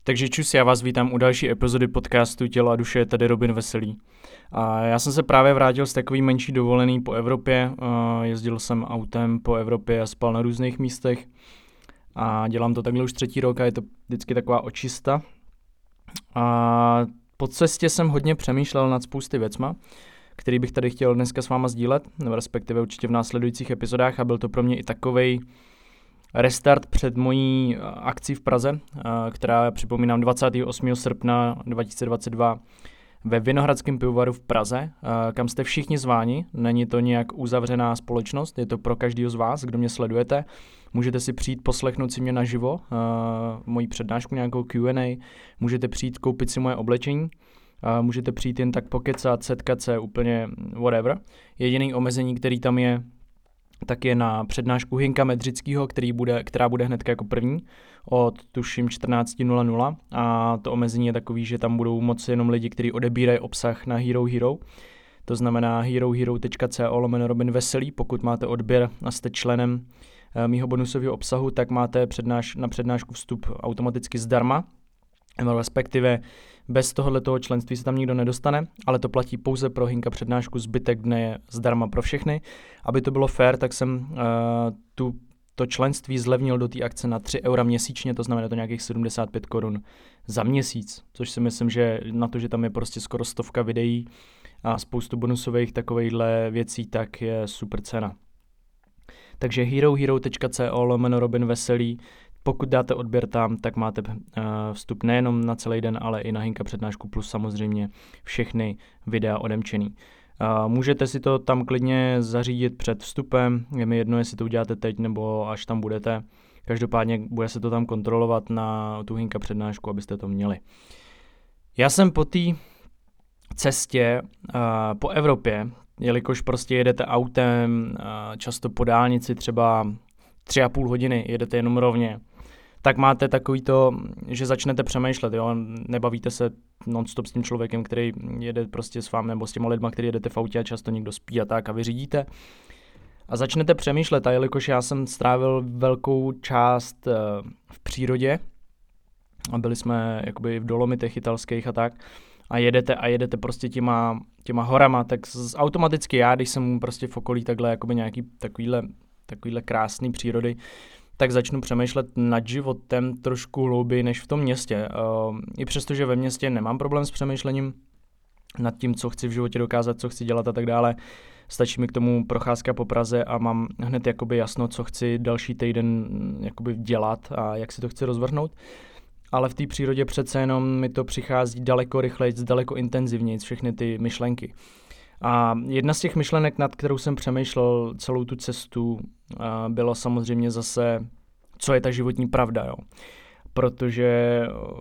Takže čus, já vás vítám u další epizody podcastu Tělo a duše, je tady Robin Veselý. A já jsem se právě vrátil z takový menší dovolený po Evropě, jezdil jsem autem po Evropě a spal na různých místech a dělám to takhle už 3. rok a je to vždycky taková očista. A po cestě jsem hodně přemýšlel nad spousty věcma, který bych tady chtěl dneska s váma sdílet, nebo respektive určitě v následujících epizodách, a byl to pro mě i takovej restart před mojí akcí v Praze, která, připomínám, 28. srpna 2022 ve Vinohradském pivovaru v Praze, kam jste všichni zváni. Není to nějak uzavřená společnost, je to pro každého z vás, kdo mě sledujete. Můžete si přijít poslechnout si mě naživo, moji přednášku, nějakou Q&A, můžete přijít koupit si moje oblečení, můžete přijít jen tak pokecat, setkat se, úplně whatever. Jediný omezení, který tam je, tak je na přednášku Hinka Medřického, která bude hned jako první od tuším 14:00 a to omezení je takový, že tam budou moci jenom lidi, kteří odebírají obsah na Hero Hero. To znamená herohero.co/Robin Veselý. Pokud máte odběr a jste členem mýho bonusového obsahu, tak máte na přednášku vstup automaticky zdarma, respektive bez tohoto členství se tam nikdo nedostane, ale to platí pouze pro Hinka přednášku, zbytek dne je zdarma pro všechny. Aby to bylo fair, tak jsem to členství zlevnil do té akce na 3 € měsíčně, to znamená to nějakých 75 Kč za měsíc, což si myslím, že na to, že tam je prostě skoro 100 videí a spoustu bonusových takovejhle věcí, tak je super cena. Takže herohero.co/Robin Veselý. Pokud dáte odběr tam, tak máte vstup nejenom na celý den, ale i na Hinka přednášku, plus samozřejmě všechny videa odemčený. Můžete si to tam klidně zařídit před vstupem, je mi jedno, jestli to uděláte teď nebo až tam budete. Každopádně bude se to tam kontrolovat na tu Hinka přednášku, abyste to měli. Já jsem po té cestě po Evropě, jelikož prostě jedete autem, často po dálnici třeba 3,5 hodiny, jedete jenom rovně, tak máte takový to, že začnete přemýšlet, jo? Nebavíte se non-stop s tím člověkem, který jede prostě s vámi, nebo s těma lidma, který jedete v autě a často někdo spí a tak a vy řídíte. A začnete přemýšlet, a jelikož já jsem strávil velkou část v přírodě, a byli jsme jakoby v Dolomitech italských a tak, a jedete prostě těma horama, tak automaticky já, když jsem prostě v okolí takhle jakoby nějaký takovýhle krásný přírody, tak začnu přemýšlet nad životem trošku hlouběji než v tom městě. I přesto, že ve městě nemám problém s přemýšlením nad tím, co chci v životě dokázat, co chci dělat a tak dále, stačí mi k tomu procházka po Praze a mám hned jakoby jasno, co chci další týden jakoby dělat a jak si to chci rozvrhnout. Ale v té přírodě přece jenom mi to přichází daleko rychleji, daleko intenzivněji, všechny ty myšlenky. A jedna z těch myšlenek, nad kterou jsem přemýšlel celou tu cestu, byla samozřejmě zase, co je ta životní pravda, jo. Protože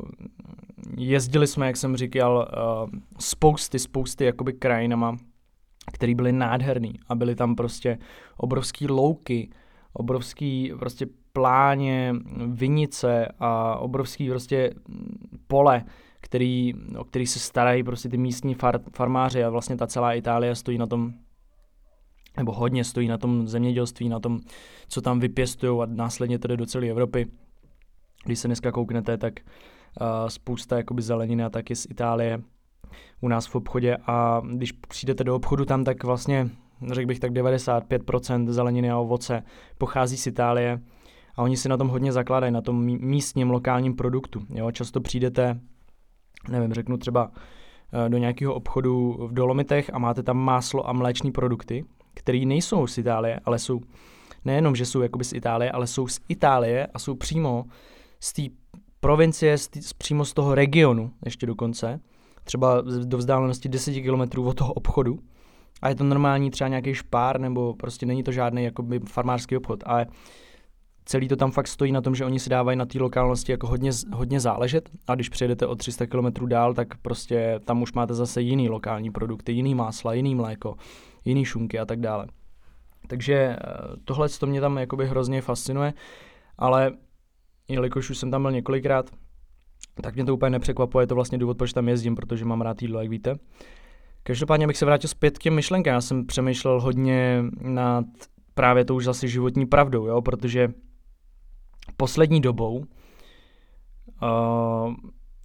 jezdili jsme, jak jsem říkal, spousty jakoby krajinama, které byly nádherný a byly tam prostě obrovský louky, obrovský prostě pláně, vinice a obrovský prostě pole, o který se starají prostě ty místní farmáři a vlastně ta celá Itálie stojí na tom, nebo hodně stojí na tom zemědělství, na tom, co tam vypěstujou a následně tedy do celé Evropy. Když se dneska kouknete, tak spousta jakoby zeleniny a taky z Itálie u nás v obchodě a když přijdete do obchodu tam, tak vlastně, řekl bych tak 95% zeleniny a ovoce pochází z Itálie a oni si na tom hodně zakládají, na tom místním lokálním produktu. Jo? Často přijdete, nevím, řeknu třeba do nějakého obchodu v Dolomitech a máte tam máslo a mléčné produkty, které nejsou z Itálie, ale jsou nejenom, že jsou jakoby z Itálie, ale jsou z Itálie a jsou přímo z té provincie, přímo z toho regionu ještě dokonce, třeba do vzdálenosti 10 kilometrů od toho obchodu a je to normální třeba nějaký špár nebo prostě není to žádný jakoby farmářský obchod, ale celý to tam fakt stojí na tom, že oni si dávají na té lokálnosti jako hodně záležet a když přijedete o 300 km dál, tak prostě tam už máte zase jiný lokální produkty, jiný másla, jiný mléko, jiný šunky a tak dále. Takže tohle to mě tam jakoby hrozně fascinuje, ale jelikož už jsem tam byl několikrát, tak mě to úplně nepřekvapuje, je to vlastně důvod, proč tam jezdím, protože mám rád jídlo, jak víte. Každopádně bych se vrátil zpět k těm myšlenkám, já jsem přemýšlel hodně nad právě to už zase životní pravdou, jo, protože poslední dobou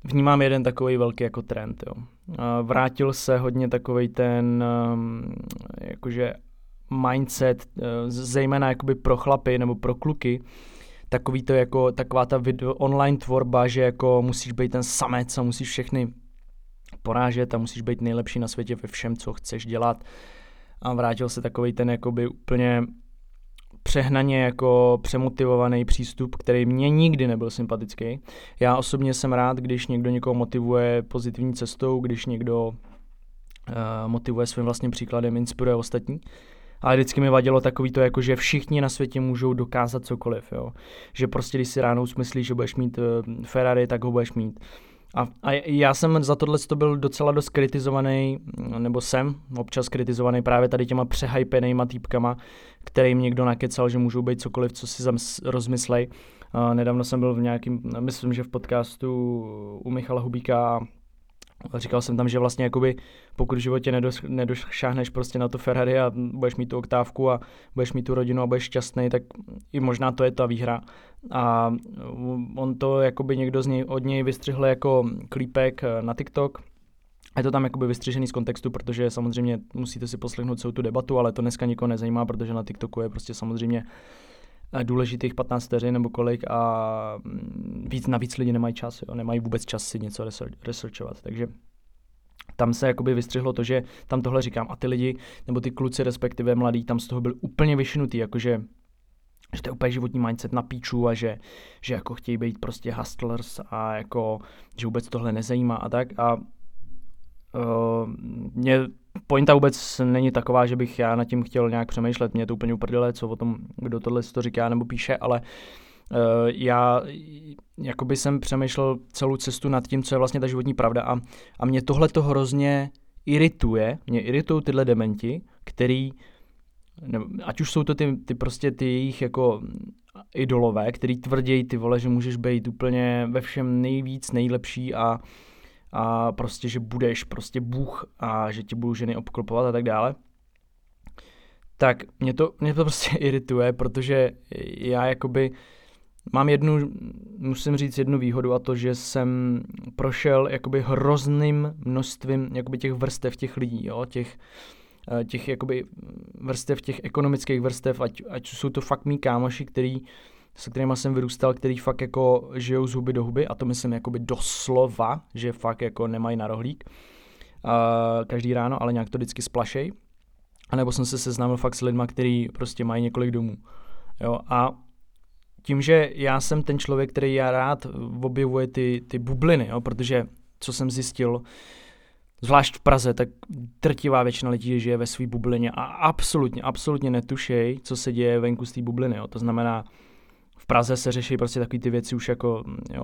vnímám jeden takový velký jako trend, jo. Vrátil se hodně takovej ten jakože mindset, zejména jakoby pro chlapy nebo pro kluky, takový to jako taková ta online tvorba, že jako musíš být ten samec a musíš všechny porážet a musíš být nejlepší na světě ve všem, co chceš dělat. A vrátil se takovej ten jakoby úplně přehnaně jako přemotivovaný přístup, který mě nikdy nebyl sympatický. Já osobně jsem rád, když někdo někoho motivuje pozitivní cestou, když někdo motivuje svým vlastním příkladem, inspiruje ostatní. Ale vždycky mi vadilo takový to, jako že všichni na světě můžou dokázat cokoliv, jo. Že prostě, když si ráno usmyslíš, že budeš mít Ferrari, tak ho budeš mít. A já jsem za tohle byl docela dost kritizovaný, nebo jsem občas kritizovaný právě tady těma přehypenejma týpkama, kterým někdo nakecal, že můžou být cokoliv, co si rozmyslej. Nedávno jsem byl v nějakým, myslím, že v podcastu u Michala Hubíka a říkal jsem tam, že vlastně jakoby pokud v životě nedošáhneš prostě na to Ferrari a budeš mít tu oktávku a budeš mít tu rodinu a budeš šťastný, tak i možná to je ta výhra. A on to jakoby někdo od něj vystřihl jako klípek na TikTok. Je to tam jakoby vystřižený z kontextu, protože samozřejmě musíte si poslechnout celou tu debatu, ale to dneska nikoho nezajímá, protože na TikToku je prostě samozřejmě důležitých 15 vteřin nebo kolik a navíc lidi nemají čas, jo? Nemají vůbec čas si něco researchovat, takže tam se jakoby vystřihlo to, že tam tohle říkám a ty lidi, nebo ty kluci respektive mladí, tam z toho byli úplně vyšinutý, jakože že to je úplně životní mindset na píču a že jako chtějí být prostě hustlers a jako, že vůbec tohle nezajímá a tak a mě pointa vůbec není taková, že bych já nad tím chtěl nějak přemýšlet, mě je to úplně uprdele, co o tom, kdo tohle to říká nebo píše, ale já jakoby jsem přemýšlel celou cestu nad tím, co je vlastně ta životní pravda a mě tohle to hrozně irituje, mě iritují tyhle dementi, který, ať už jsou to ty prostě ty jejich jako idolové, který tvrdí ty vole, že můžeš být úplně ve všem nejvíc, nejlepší a prostě, že budeš prostě bůh a že tě budou ženy obklopovat a tak dále. Tak mě to prostě irituje, protože já jakoby mám musím říct jednu výhodu a to, že jsem prošel jakoby hrozným množstvím jakoby těch vrstev těch lidí, jo, těch jakoby vrstev, těch ekonomických vrstev, ať jsou to fakt mý kámoši, se kterýma jsem vyrůstal, který fakt jako žijou z huby do huby a to myslím jakoby doslova, že fakt jako nemají na rohlík každý ráno, ale nějak to vždycky splašej. A nebo jsem se seznámil fakt s lidma, který prostě mají několik domů. Jo, a tím, že já jsem ten člověk, který já rád objevuje ty bubliny, jo, protože co jsem zjistil, zvlášť v Praze, tak drtivá většina lidí žije ve své bublině a absolutně netušej, co se děje venku z té bubliny. Jo. To znamená, v Praze se řeší prostě takový ty věci už jako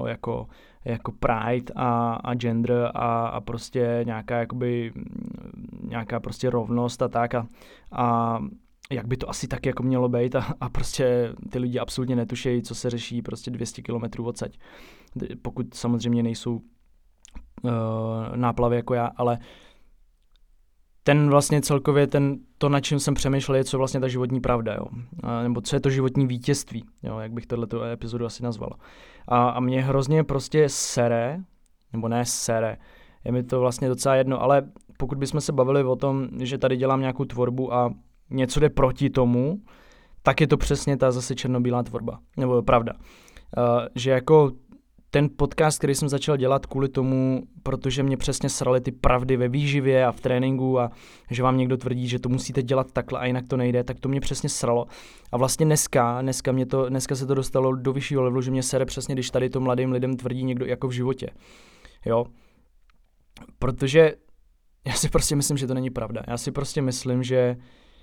pride a gender a prostě nějaká prostě rovnost a tak a jak by to asi tak jako mělo být a prostě ty lidi absolutně netušejí, co se řeší prostě 200 kilometrů odsaď. Pokud samozřejmě nejsou náplavy jako já, ale ten vlastně celkově to, nad čím jsem přemýšlel, je co vlastně ta životní pravda, jo. Nebo co je to životní vítězství, jo, jak bych tohleto epizodu asi nazval. A mě hrozně prostě sere, nebo ne sere, je mi to vlastně docela jedno, ale pokud bychom se bavili o tom, že tady dělám nějakou tvorbu a něco jde proti tomu, tak je to přesně ta zase černobílá tvorba, nebo pravda. Že jako ten podcast, který jsem začal dělat kvůli tomu, protože mě přesně sraly ty pravdy ve výživě a v tréninku a že vám někdo tvrdí, že to musíte dělat takhle a jinak to nejde, tak to mě přesně sralo. A vlastně dneska se to dostalo do vyššího levelu, že mě sere přesně, když tady to mladým lidem tvrdí někdo jako v životě. Jo? Protože já si prostě myslím, že to není pravda. Já si prostě myslím, že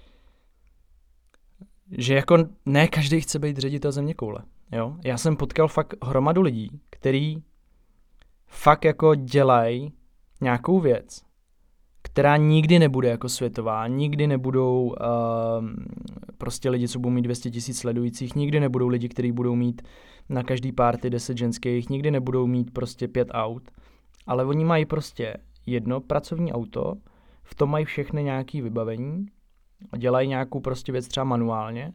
jako ne každý chce být ředitel zeměkoule. Jo? Já jsem potkal fakt hromadu lidí, který fakt jako dělají nějakou věc, která nikdy nebude jako světová, nikdy nebudou prostě lidi, co budou mít 200 000 sledujících, nikdy nebudou lidi, kteří budou mít na každý party 10 ženských, nikdy nebudou mít prostě 5 aut, ale oni mají prostě jedno pracovní auto, v tom mají všechny nějaké vybavení, dělají nějakou prostě věc třeba manuálně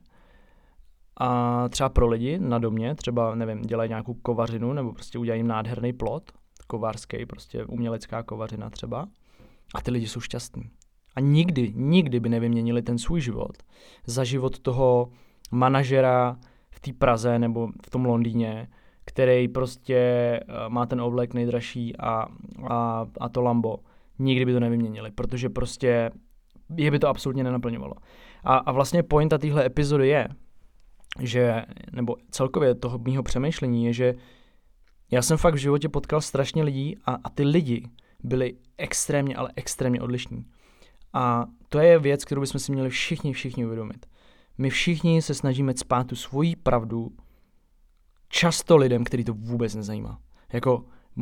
a třeba pro lidi na domě, třeba nevím, dělají nějakou kovařinu nebo prostě udělají jim nádherný plot, kovářský, prostě umělecká kovařina třeba. A ty lidi jsou šťastní. A nikdy by nevyměnili ten svůj život za život toho manažera v té Praze nebo v tom Londýně, který prostě má ten oblek nejdražší a to Lambo. Nikdy by to nevyměnili, protože prostě je by to absolutně nenaplňovalo. A vlastně pointa téhle epizody je, že, nebo celkově toho mýho přemýšlení je, že já jsem fakt v životě potkal strašně lidí a ty lidi byli extrémně, ale extrémně odlišní. A to je věc, kterou bychom si měli všichni uvědomit. My všichni se snažíme cpát tu svoji pravdu často lidem, který to vůbec nezajímá. Jako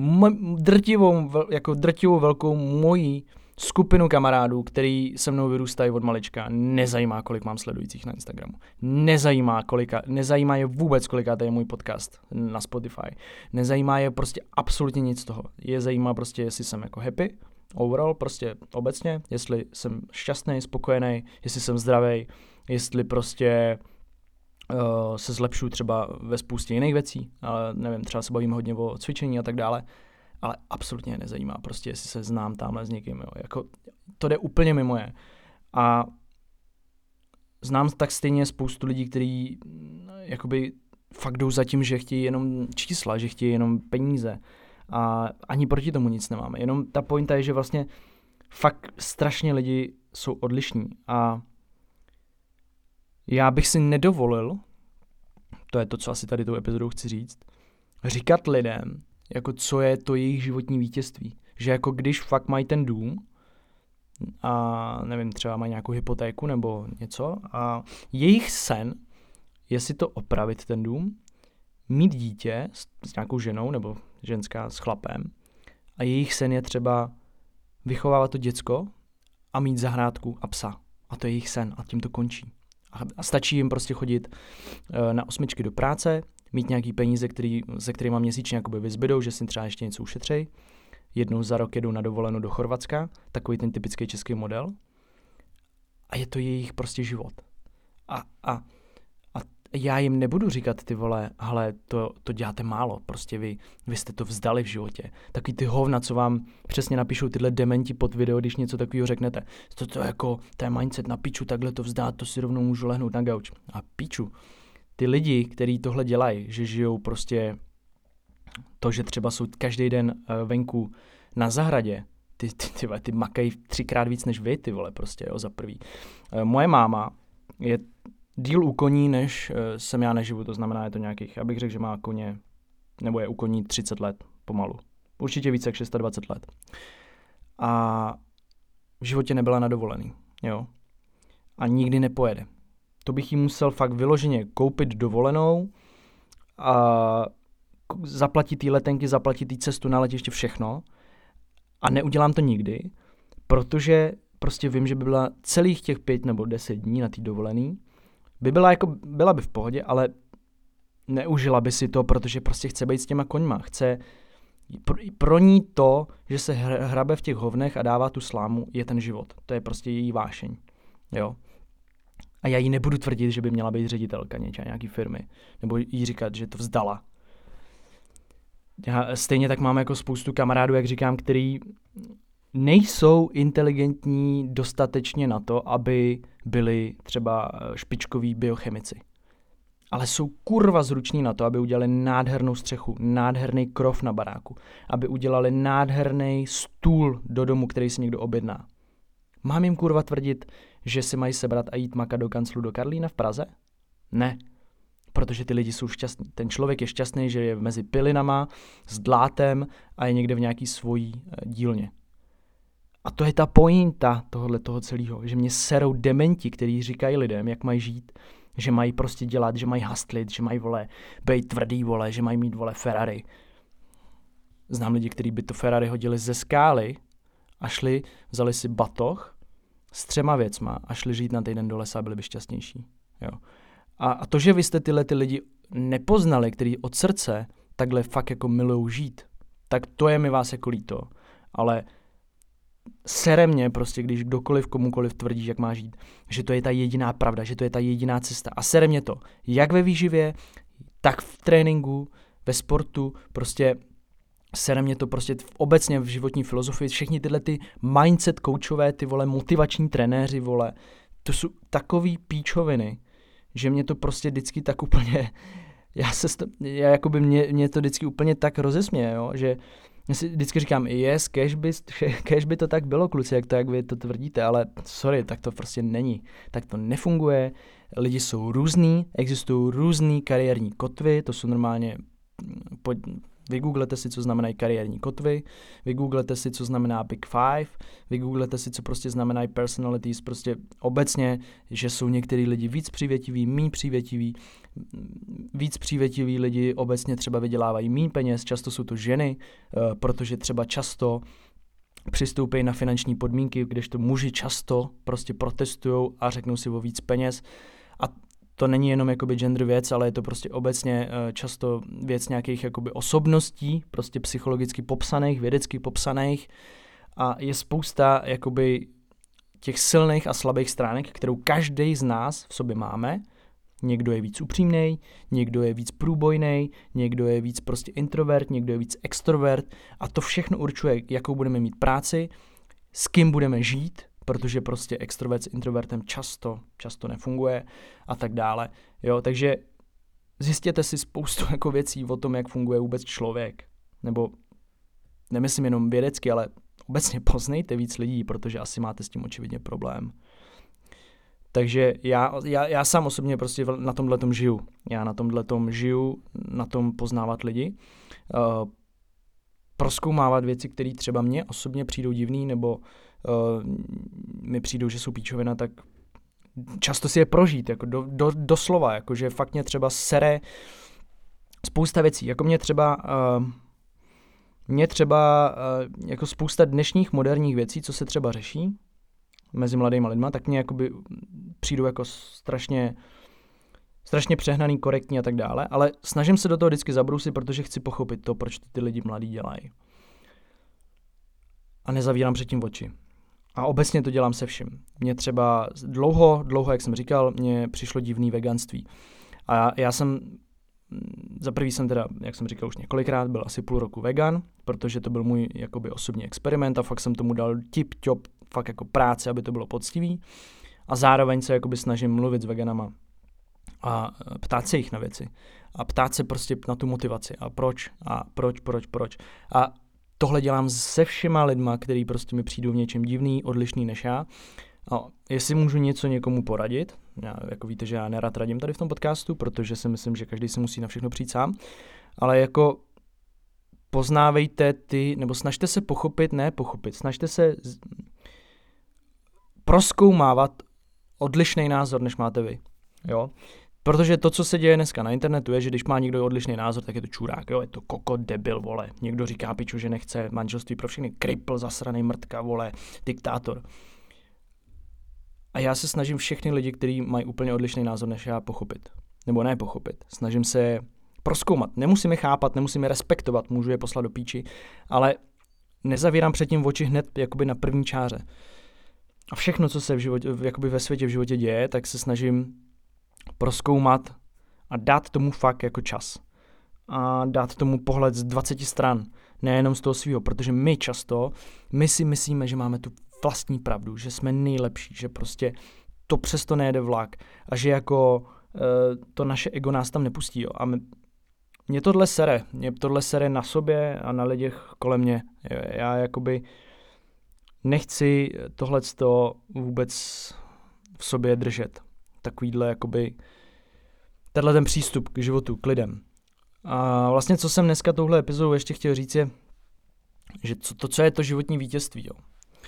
drtivou velkou mojí skupinu kamarádů, který se mnou vyrůstají od malička, nezajímá, kolik mám sledujících na Instagramu. Nezajímá je vůbec, kolikátý je můj podcast na Spotify. Nezajímá je prostě absolutně nic z toho. Je zajímá prostě, jestli jsem jako happy, overall, prostě obecně, jestli jsem šťastný, spokojený, jestli jsem zdravý, jestli prostě se zlepšuju třeba ve spoustě jiných věcí, ale nevím, třeba se bavíme hodně o cvičení a tak dále, ale absolutně je nezajímá prostě, jestli se znám tamhle s někým, jo. Jako, to jde úplně mimo je. A znám tak stejně spoustu lidí, kteří jakoby fakt jdou za tím, že chtějí jenom čísla, že chtějí jenom peníze a ani proti tomu nic nemáme. Jenom ta pointa je, že vlastně fakt strašně lidi jsou odlišní a já bych si nedovolil, to je to, co asi tady tou epizodou chci říct, říkat lidem, jako co je to jejich životní vítězství. Že jako když fakt mají ten dům a nevím, třeba mají nějakou hypotéku nebo něco a jejich sen je si to opravit ten dům, mít dítě s nějakou ženou nebo ženská s chlapem a jejich sen je třeba vychovávat to děcko a mít zahrádku a psa. A to je jejich sen a tím to končí. A stačí jim prostě chodit na 8 do práce, mít nějaký peníze, ze kterými měsíčně jakoby vyzbydou, že si třeba ještě něco ušetří. Jednou za rok jedou na dovolenou do Chorvatska, takový ten typický český model. A je to jejich prostě život. A já jim nebudu říkat, ty vole, hele, to děláte málo, prostě vy jste to vzdali v životě. Takový ty hovna, co vám přesně napíšou tyhle dementi pod video, když něco takového řeknete. To je mindset na piču, takhle to vzdát, to si rovnou můžu lehnout na gauč. A piču. Ty lidi, kteří tohle dělají, že žijou prostě to, že třeba jsou každý den venku na zahradě, ty makají 3x víc než vy, ty vole, prostě, jo, za prvý. Moje máma je díl u koní, než jsem já neživu, to znamená, je to nějakých, abych řekl, že má koně, nebo je u koní 30 let pomalu. Určitě více jak 26 let. A v životě nebyla na dovolený, jo. A nikdy nepojede. To bych jí musel fakt vyloženě koupit dovolenou a zaplatit jí letenky, zaplatit jí cestu na letiště, všechno. A neudělám to nikdy, protože prostě vím, že by byla celých těch 5 nebo 10 dní na té dovolený, byla by v pohodě, ale neužila by si to, protože prostě chce být s těma koňma. Chce pro ní to, že se hrabe v těch hovnech a dává tu slámu, je ten život. To je prostě její vášeň. Jo. A já jí nebudu tvrdit, že by měla být ředitelka nějaký firmy. Nebo jí říkat, že to vzdala. Já stejně tak mám jako spoustu kamarádů, jak říkám, který nejsou inteligentní dostatečně na to, aby byli třeba špičkoví biochemici. Ale jsou kurva zruční na to, aby udělali nádhernou střechu, nádherný krov na baráku, aby udělali nádherný stůl do domu, který si někdo objedná. Mám jim kurva tvrdit, že si mají sebrat a jít makat do kanclu do Karlína v Praze? Ne. Protože ty lidi jsou šťastní. Ten člověk je šťastný, že je mezi pilinama, s dlátem a je někde v nějaký svojí dílně. A to je ta pointa toho celého, že mě serou dementi, kteří říkají lidem, jak mají žít, že mají prostě dělat, že mají hustlit, že mají, vole, být tvrdý, vole, že mají mít, vole, Ferrari. Znám lidi, kteří by to Ferrari hodili ze skály a vzali si batoh s 3 věcma a šli žít na týden do lesa a byli by šťastnější. Jo. A to, že vy jste tyhle ty lidi nepoznali, kteří od srdce takhle fakt jako milujou žít, tak to je mi vás jako líto. Ale sere mě prostě, když kdokoliv komukoliv tvrdí, jak má žít, že to je ta jediná pravda, že to je ta jediná cesta. A sere mě to, jak ve výživě, tak v tréninku, ve sportu, prostě sere mě to prostě obecně v životní filozofii, všechny tyhle ty mindset coachové, ty vole motivační trenéři, vole, to jsou takový píčoviny, že mě to prostě vždycky tak úplně, mě to vždycky úplně tak rozesměje, jo, že já si vždycky říkám, cash by to tak bylo, kluci, jak vy to tvrdíte, ale sorry, tak to prostě není. Tak to nefunguje, lidi jsou různý, existují různý kariérní kotvy, to jsou normálně, vygooglete si, co znamenají kariérní kotvy, vygooglete si, co znamená Big Five, vygooglete si, co prostě znamenají personalities, prostě obecně, že jsou některý lidi víc přívětiví, méně přívětiví, víc přívětiví lidi obecně třeba vydělávají méně peněz, často jsou to ženy, protože třeba často přistoupí na finanční podmínky, kdežto muži často prostě protestujou a řeknou si o víc peněz. A to není jenom jakoby gender věc, ale je to prostě obecně často věc nějakých jakoby osobností, prostě psychologicky popsaných, vědecky popsaných, a je spousta jakoby těch silných a slabých stránek, kterou každý z nás v sobě máme. Někdo je víc upřímnej, někdo je víc průbojnej, někdo je víc prostě introvert, někdo je víc extrovert, a to všechno určuje, jakou budeme mít práci, s kým budeme žít, protože prostě extrovert s introvertem často nefunguje a tak dále. Jo, takže zjistěte si spoustu jako věcí o tom, jak funguje vůbec člověk. Nebo nemyslím jenom vědecky, ale obecně poznejte víc lidí, protože asi máte s tím očividně problém. Takže já sám osobně prostě na tomhletom žiju. Já na tomhletom žiju, na tom poznávat lidi, prozkoumávat věci, které třeba mě osobně přijdou divný, nebo mi přijdou, že jsou píčovina, tak často si je prožít, jako doslova, jakože fakt mě třeba sere spousta věcí, jako mě třeba jako spousta dnešních moderních věcí, co se třeba řeší mezi mladýma lidma, tak mě jakoby přijdou jako strašně přehnaný, korektní a tak dále, ale snažím se do toho vždycky zabrousit, protože chci pochopit to, proč ty lidi mladí dělají. A nezavírám předtím oči. A obecně to dělám se vším. Mně třeba dlouho, jak jsem říkal, mně přišlo divný veganství. A já jsem, za prvý jsem teda, jak jsem říkal už několikrát, byl asi půl roku vegan, protože to byl můj jakoby osobní experiment a fakt jsem tomu dal tip-top, fakt jako práce, aby to bylo poctivý. A zároveň se jakoby snažím mluvit s veganama a ptát se jich na věci. A ptát se prostě na tu motivaci. A proč? A tohle dělám se všema lidma, který prostě mi přijdou v něčem divný, odlišný než já. A jestli můžu něco někomu poradit, jako víte, že já nerad radím tady v tom podcastu, protože si myslím, že každý se musí na všechno přijít sám, ale jako poznávejte nebo snažte se snažte se prozkoumávat odlišný názor, než máte vy. Jo? Protože to, co se děje dneska na internetu, je, že když má někdo odlišný názor, tak je to čurák, jo? Je to kokot, debil, vole. Někdo říká piču, že nechce manželství pro všechny, kripl, zasranej mrtka, vole, diktátor. A já se snažím všechny lidi, kteří mají úplně odlišný názor než já, pochopit. Nebo ne pochopit. Snažím se prozkoumat. Nemusím je chápat, nemusím je respektovat, můžu je poslat do píči, ale nezavírám předtím oči hned jakoby na první čáře. A všechno, co se jakoby ve světě v životě děje, tak se snažím prozkoumat a dát tomu fakt jako čas. A dát tomu pohled z 20 stran, nejenom z toho svého, protože my si myslíme, že máme tu vlastní pravdu, že jsme nejlepší, že prostě to přesto nejede vlak a že jako to naše ego nás tam nepustí. Jo. A mě tohle sere na sobě a na lidech kolem mě. Já jakoby nechci tohleto vůbec v sobě držet. Takovýhle jakoby tenhle ten přístup k životu, k lidem. A vlastně, co jsem dneska touhle epizodou ještě chtěl říct, je, že co je to životní vítězství. Jo.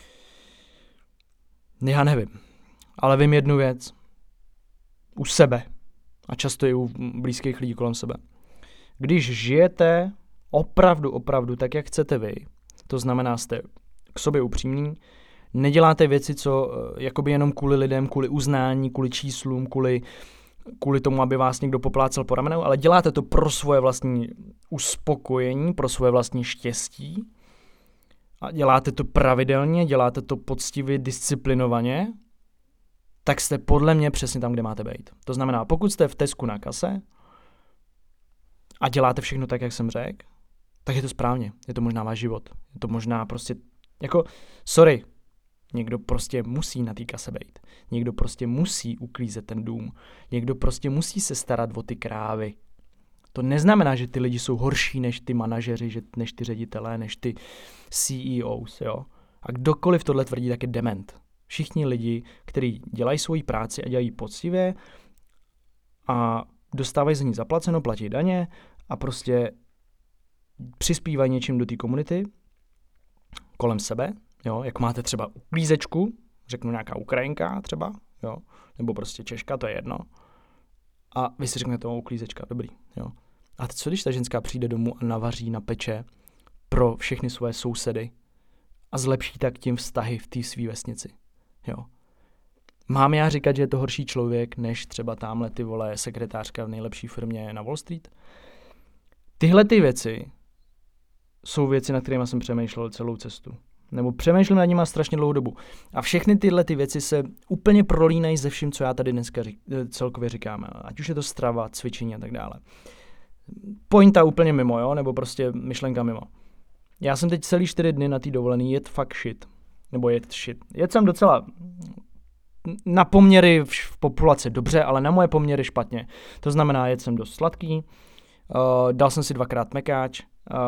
Já nevím, ale vím jednu věc. U sebe. A často i u blízkých lidí kolem sebe. Když žijete opravdu tak, jak chcete vy, to znamená, jste k sobě upřímní, neděláte věci, co jakoby jenom kvůli lidem, kvůli uznání, kvůli číslům, kvůli tomu, aby vás někdo poplácal po ramenou, ale děláte to pro svoje vlastní uspokojení, pro svoje vlastní štěstí a děláte to pravidelně, děláte to poctivě, disciplinovaně, tak jste podle mě přesně tam, kde máte být. To znamená, pokud jste v Tesku na kase a děláte všechno tak, jak jsem řekl, tak je to správně. Je to možná váš život. Je to možná prostě, jako, sorry, někdo prostě musí na té kase bejt. Někdo prostě musí uklízet ten dům. Někdo prostě musí se starat o ty krávy. To neznamená, že ty lidi jsou horší než ty manažeři, než ty ředitelé, než ty CEOs, jo. A kdokoliv tohle tvrdí, tak je dement. Všichni lidi, kteří dělají svoji práci a dělají poctivě a dostávají za ní zaplaceno, platí daně a prostě přispívají něčím do té komunity kolem sebe, jo, jak máte třeba uklízečku, řeknu nějaká Ukrajinka třeba, jo, nebo prostě Češka, to je jedno. A vy si řeknete, uklízečka, dobrý, jo. A co když ta ženská přijde domů a navaří, napeče pro všechny svoje sousedy a zlepší tak tím vztahy v té své vesnici, jo. Mám já říkat, že je to horší člověk, než třeba tamhle ty vole sekretářka v nejlepší firmě na Wall Street? Tyhle ty věci jsou věci, nad kterými jsem přemýšlel celou cestu. Nebo přemýšlím nad nimi strašně dlouhou dobu. A všechny tyhle ty věci se úplně prolínají ze vším, co já tady dneska celkově říkám. Ať už je to strava, cvičení a tak dále. Pointa úplně mimo, jo? Nebo prostě myšlenka mimo. Já jsem teď celý 4 dny na té dovolený jet fakt shit. Nebo jet shit. Jet jsem docela na poměry v populaci dobře, ale na moje poměry špatně. To znamená, jet jsem dost sladký, dal jsem si 2x mekáč,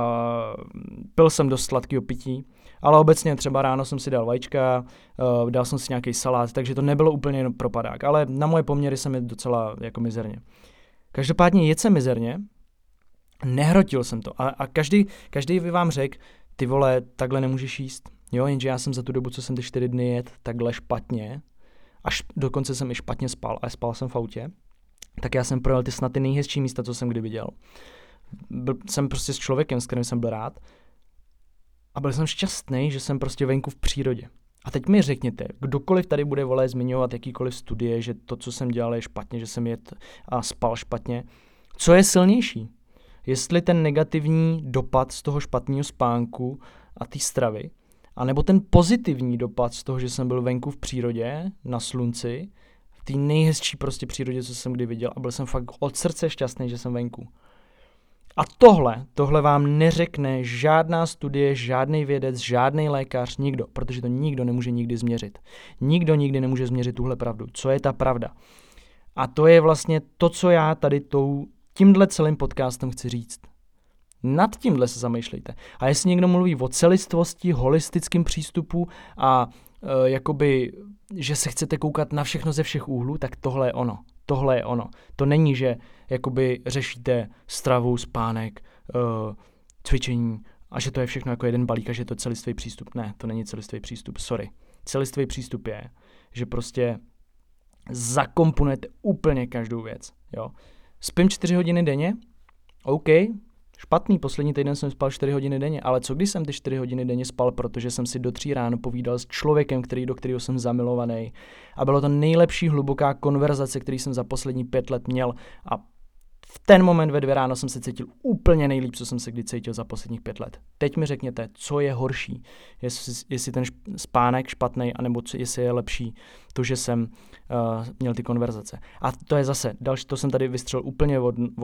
pil jsem dost sladkého pití, ale obecně třeba ráno jsem si dal vajíčka, dal jsem si nějaký salát, takže to nebylo úplně jenom propadák, ale na moje poměry jsem je docela jako mizerně. Každopádně jet jsem mizerně, nehrotil jsem to a každý by vám řekl, ty vole, takhle nemůžeš jíst, jo, jenže já jsem za tu dobu, co jsem ty 4 dny jet, takhle špatně, až dokonce jsem i špatně spal a spal jsem v autě, tak já jsem projel snad ty nejhezčí místa, co jsem kdy viděl. Byl jsem prostě s člověkem, s kterým jsem byl rád a byl jsem šťastný, že jsem prostě venku v přírodě. A teď mi řekněte, kdokoliv tady bude vole zmiňovat jakýkoliv studie, že to, co jsem dělal, je špatně, že jsem jet a spal špatně. Co je silnější? Jestli ten negativní dopad z toho špatného spánku a té stravy, anebo ten pozitivní dopad z toho, že jsem byl venku v přírodě, na slunci, v té nejhezčí prostě přírodě, co jsem kdy viděl a byl jsem fakt od srdce šťastný, že jsem venku. A tohle vám neřekne žádná studie, žádný vědec, žádný lékař, nikdo, protože to nikdo nemůže nikdy změřit. Nikdo nikdy nemůže změřit tuhle pravdu. Co je ta pravda? A to je vlastně to, co já tady tímhle celým podcastem chci říct. Nad tímhle se zamýšlejte. A jestli někdo mluví o celistvosti, holistickém přístupu a jakoby, že se chcete koukat na všechno ze všech úhlů, tak tohle je ono. Tohle je ono. To není, že jakoby řešíte stravu, spánek, cvičení a že to je všechno jako jeden balík a že to je celistvý přístup. Ne, to není celistvý přístup, sorry. Celistvý přístup je, že prostě zakomponujete úplně každou věc. Jo. Spím 4 hodiny denně? OK, špatný, poslední týden jsem spal 4 hodiny denně, ale co když jsem ty 4 hodiny denně spal, protože jsem si do 3 ráno povídal s člověkem, do kterého jsem zamilovaný a bylo to nejlepší hluboká konverzace, který jsem za poslední 5 let měl a v ten moment ve 2 ráno jsem se cítil úplně nejlíp, co jsem se kdy cítil za posledních 5 let. Teď mi řekněte, co je horší, jestli ten spánek špatný, anebo jestli je lepší to, že jsem měl ty konverzace. A to je zase, další, to jsem tady vystřelil úplně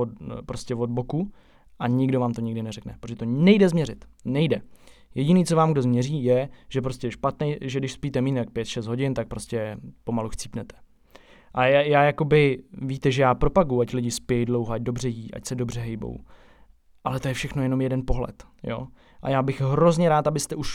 od boku, a nikdo vám to nikdy neřekne, protože to nejde změřit. Nejde. Jediný, co vám kdo změří, je, že prostě je špatný, že když spíte méně jak 5-6 hodin, tak prostě pomalu chcípnete. A já jakoby, víte, že já propaguju, ať lidi spí dlouho, ať dobře jí, ať se dobře hejbou. Ale to je všechno jenom jeden pohled, jo. A já bych hrozně rád,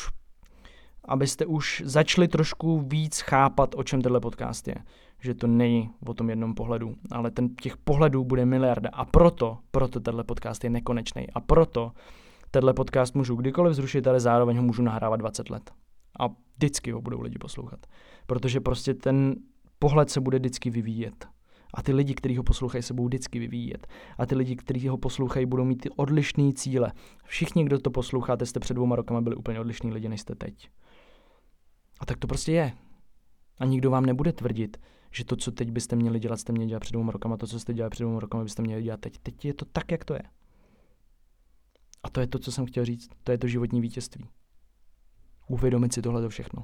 abyste už začali trošku víc chápat, o čem tenhle podcast je. Že to není o tom jednom pohledu, ale těch pohledů bude miliarda. A proto tenhle podcast je nekonečný. A proto tenhle podcast můžu kdykoliv zrušit, ale zároveň ho můžu nahrávat 20 let. A vždycky ho budou lidi poslouchat. Protože prostě ten pohled se bude vždycky vyvíjet. A ty lidi, kteří ho poslouchají, se budou vždycky vyvíjet. A ty lidi, kteří ho poslouchají, budou mít ty odlišné cíle. Všichni, kdo to posloucháte, jste před 2 rokama byli úplně odlišní lidi, než jste teď. A tak to prostě je. A nikdo vám nebude tvrdit, že to, co teď byste měli dělat, jste měli dělat před 2 rokama, to, co jste dělali před 2 rokama, byste měli dělat teď. Teď je to tak, jak to je. A to je to, co jsem chtěl říct. To je to životní vítězství. Uvědomit si tohle všechno.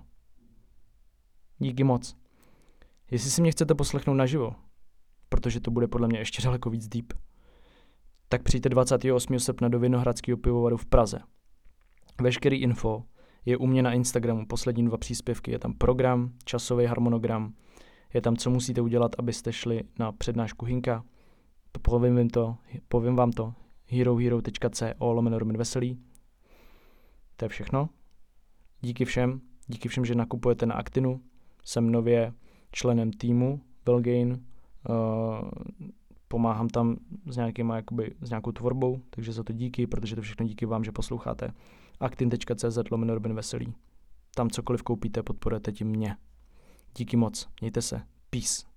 Díky moc. Jestli si mě chcete poslechnout naživo, protože to bude podle mě ještě daleko víc deep, tak přijďte 28. srpna do Vinohradského pivovaru v Praze. Veškerý info je u mě na Instagramu, poslední 2 příspěvky, je tam program, časový harmonogram, je tam, co musíte udělat, abyste šli na přednášku Hinka. Povím vám to, herohero.co/Robin Veselý. To je všechno. Díky všem, že nakupujete na Actinu. Jsem nově členem týmu Belgain. Pomáhám tam s nějakou tvorbou, takže za to díky, protože to všechno díky vám, že posloucháte. Actin.cz/Robin Veselý. Tam cokoliv koupíte, podporujete tím mě. Díky moc, mějte se. Peace.